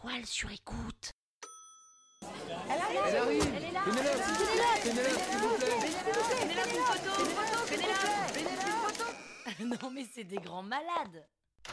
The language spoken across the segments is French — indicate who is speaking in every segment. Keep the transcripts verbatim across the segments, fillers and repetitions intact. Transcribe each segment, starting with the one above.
Speaker 1: étoile sur écoute.
Speaker 2: Elle arrive, elle arrive. Elle est là. Pénélope, Pénélope, s'il vous plaît.
Speaker 1: Pénélope, une photo, une photo, Pénélope, Pénélope, une photo. Non mais c'est des grands malades.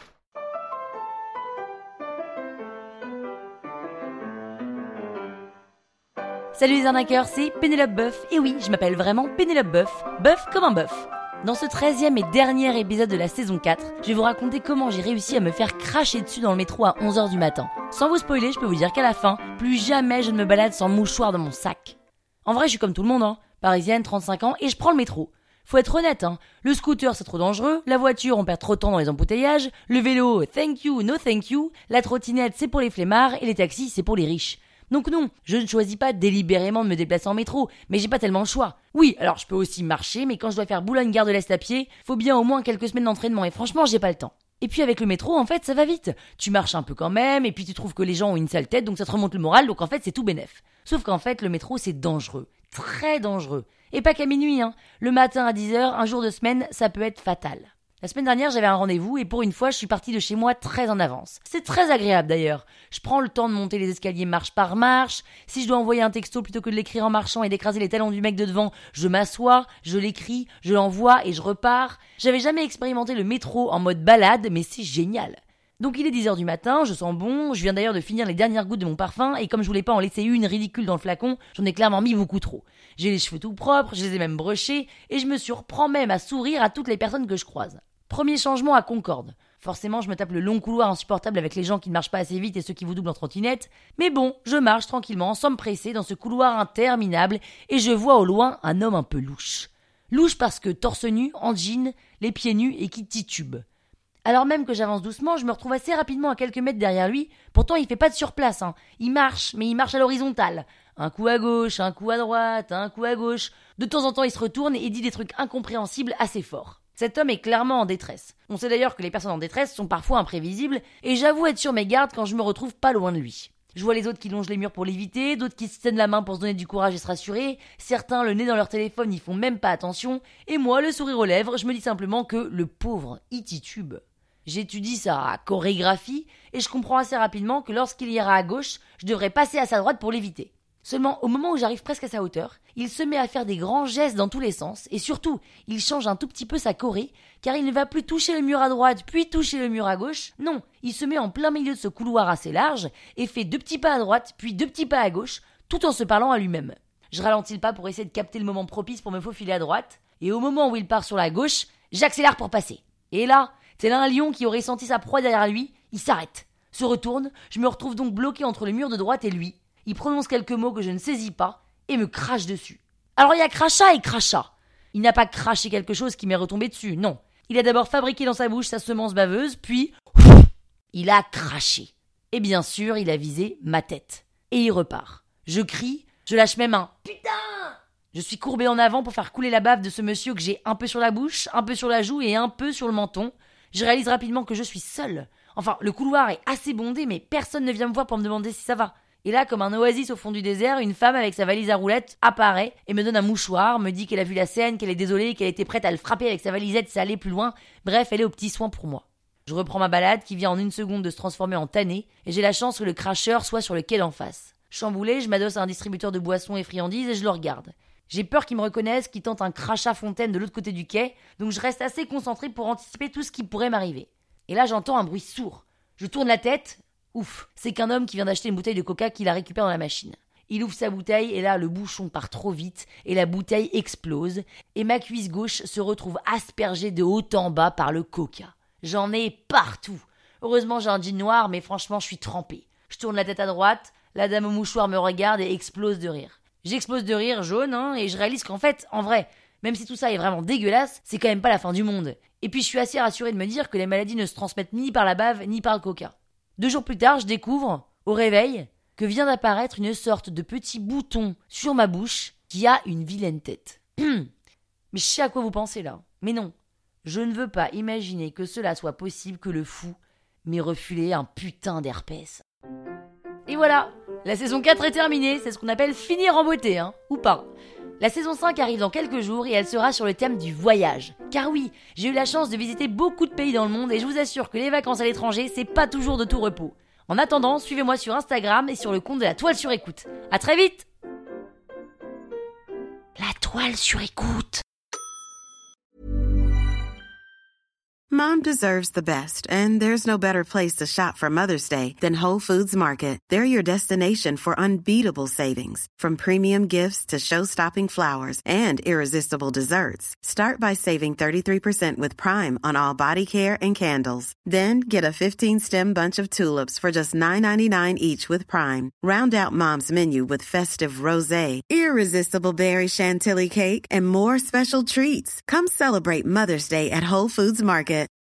Speaker 1: Salut les arnaqueurs, c'est Pénélope Boeuf. Et oui, je m'appelle vraiment Pénélope Boeuf. Boeuf comme un bœuf. Dans ce treizième et dernier épisode de la saison quatre, je vais vous raconter comment j'ai réussi à me faire cracher dessus dans le métro à onze heures du matin. Sans vous spoiler, je peux vous dire qu'à la fin, plus jamais je ne me balade sans mouchoir dans mon sac. En vrai, je suis comme tout le monde, hein. Parisienne, trente-cinq ans, et je prends le métro. Faut être honnête, hein. Le scooter, c'est trop dangereux. La voiture, on perd trop de temps dans les embouteillages. Le vélo, thank you, no thank you. La trottinette, c'est pour les flemmards. Et les taxis, c'est pour les riches. Donc non, je ne choisis pas délibérément de me déplacer en métro, mais j'ai pas tellement le choix. Oui, alors je peux aussi marcher, mais quand je dois faire Boulogne-Gare de l'Est à pied, faut bien au moins quelques semaines d'entraînement, et franchement, j'ai pas le temps. Et puis avec le métro, en fait, ça va vite. Tu marches un peu quand même, et puis tu trouves que les gens ont une sale tête, donc ça te remonte le moral, donc en fait, c'est tout bénef. Sauf qu'en fait, le métro, c'est dangereux. Très dangereux. Et pas qu'à minuit, hein. Le matin à dix heures, un jour de semaine, ça peut être fatal. La semaine dernière, j'avais un rendez-vous et pour une fois, je suis partie de chez moi très en avance. C'est très agréable d'ailleurs. Je prends le temps de monter les escaliers marche par marche. Si je dois envoyer un texto plutôt que de l'écrire en marchant et d'écraser les talons du mec de devant, je m'assois, je l'écris, je l'envoie et je repars. J'avais jamais expérimenté le métro en mode balade, mais c'est génial. Donc il est dix heures du matin, je sens bon, je viens d'ailleurs de finir les dernières gouttes de mon parfum et comme je voulais pas en laisser une ridicule dans le flacon, j'en ai clairement mis beaucoup trop. J'ai les cheveux tout propres, je les ai même brochés et je me surprends même à sourire à toutes les personnes que je croise. Premier changement à Concorde. Forcément, je me tape le long couloir insupportable avec les gens qui ne marchent pas assez vite et ceux qui vous doublent en trottinette. Mais bon, je marche tranquillement, sans me presser, dans ce couloir interminable et je vois au loin un homme un peu louche. Louche parce que torse nu, en jean, les pieds nus et qui titube. Alors même que j'avance doucement, je me retrouve assez rapidement à quelques mètres derrière lui. Pourtant, il fait pas de surplace, hein. Il marche, mais il marche à l'horizontale. Un coup à gauche, un coup à droite, un coup à gauche. De temps en temps, il se retourne et dit des trucs incompréhensibles assez forts. Cet homme est clairement en détresse. On sait d'ailleurs que les personnes en détresse sont parfois imprévisibles, et j'avoue être sur mes gardes quand je me retrouve pas loin de lui. Je vois les autres qui longent les murs pour l'éviter, d'autres qui se tiennent la main pour se donner du courage et se rassurer, certains le nez dans leur téléphone n'y font même pas attention, et moi, le sourire aux lèvres, je me dis simplement que le pauvre, il titube. J'étudie sa chorégraphie, et je comprends assez rapidement que lorsqu'il ira à gauche, je devrais passer à sa droite pour l'éviter. Seulement, au moment où j'arrive presque à sa hauteur, il se met à faire des grands gestes dans tous les sens, et surtout, il change un tout petit peu sa choré, car il ne va plus toucher le mur à droite, puis toucher le mur à gauche. Non, il se met en plein milieu de ce couloir assez large, et fait deux petits pas à droite, puis deux petits pas à gauche, tout en se parlant à lui-même. Je ralentis le pas pour essayer de capter le moment propice pour me faufiler à droite, et au moment où il part sur la gauche, j'accélère pour passer. Et là, tel un lion qui aurait senti sa proie derrière lui, il s'arrête, se retourne, je me retrouve donc bloqué entre le mur de droite et lui. Il prononce quelques mots que je ne saisis pas et me crache dessus. Alors il y a crachat et crachat. Il n'a pas craché quelque chose qui m'est retombé dessus, non. Il a d'abord fabriqué dans sa bouche sa semence baveuse, puis il a craché. Et bien sûr, il a visé ma tête. Et il repart. Je crie, je lâche même un « Putain !» Je suis courbé en avant pour faire couler la bave de ce monsieur que j'ai un peu sur la bouche, un peu sur la joue et un peu sur le menton. Je réalise rapidement que je suis seule. Enfin, le couloir est assez bondé, mais personne ne vient me voir pour me demander si ça va. Et là, comme un oasis au fond du désert, une femme avec sa valise à roulettes apparaît et me donne un mouchoir, me dit qu'elle a vu la scène, qu'elle est désolée, qu'elle était prête à le frapper avec sa valisette si ça allait plus loin. Bref, elle est aux petits soins pour moi. Je reprends ma balade qui vient en une seconde de se transformer en tannée et j'ai la chance que le cracheur soit sur le quai d'en face. Chamboulé, je m'adosse à un distributeur de boissons et friandises et je le regarde. J'ai peur qu'il me reconnaisse, qu'il tente un crachat fontaine de l'autre côté du quai, donc je reste assez concentrée pour anticiper tout ce qui pourrait m'arriver. Et là, j'entends un bruit sourd. Je tourne la tête. Ouf, c'est qu'un homme qui vient d'acheter une bouteille de coca qu'il a récupérée dans la machine. Il ouvre sa bouteille et là, le bouchon part trop vite et la bouteille explose et ma cuisse gauche se retrouve aspergée de haut en bas par le coca. J'en ai partout. Heureusement, j'ai un jean noir, mais franchement, je suis trempée. Je tourne la tête à droite, la dame au mouchoir me regarde et explose de rire. J'explose de rire, jaune, hein, et je réalise qu'en fait, en vrai, même si tout ça est vraiment dégueulasse, c'est quand même pas la fin du monde. Et puis je suis assez rassurée de me dire que les maladies ne se transmettent ni par la bave, ni par le coca. Deux jours plus tard, je découvre, au réveil, que vient d'apparaître une sorte de petit bouton sur ma bouche qui a une vilaine tête. Mais je sais à quoi vous pensez là. Mais non, je ne veux pas imaginer que cela soit possible que le fou m'ait refilé un putain d'herpès. Et voilà, la saison quatre est terminée, c'est ce qu'on appelle finir en beauté, hein, ou pas. La saison cinq arrive dans quelques jours et elle sera sur le thème du voyage. Car oui, j'ai eu la chance de visiter beaucoup de pays dans le monde et je vous assure que les vacances à l'étranger, c'est pas toujours de tout repos. En attendant, suivez-moi sur Instagram et sur le compte de La Toile sur Écoute. À très vite! La Toile sur Écoute.
Speaker 3: Mom deserves the best, and there's no better place to shop for Mother's Day than Whole Foods Market. They're your destination for unbeatable savings, from premium gifts to show-stopping flowers and irresistible desserts. Start by saving thirty-three percent with Prime on all body care and candles. Then get a fifteen-stem bunch of tulips for just nine ninety-nine each with Prime. Round out Mom's menu with festive rosé, irresistible berry chantilly cake, and more special treats. Come celebrate Mother's Day at Whole Foods Market.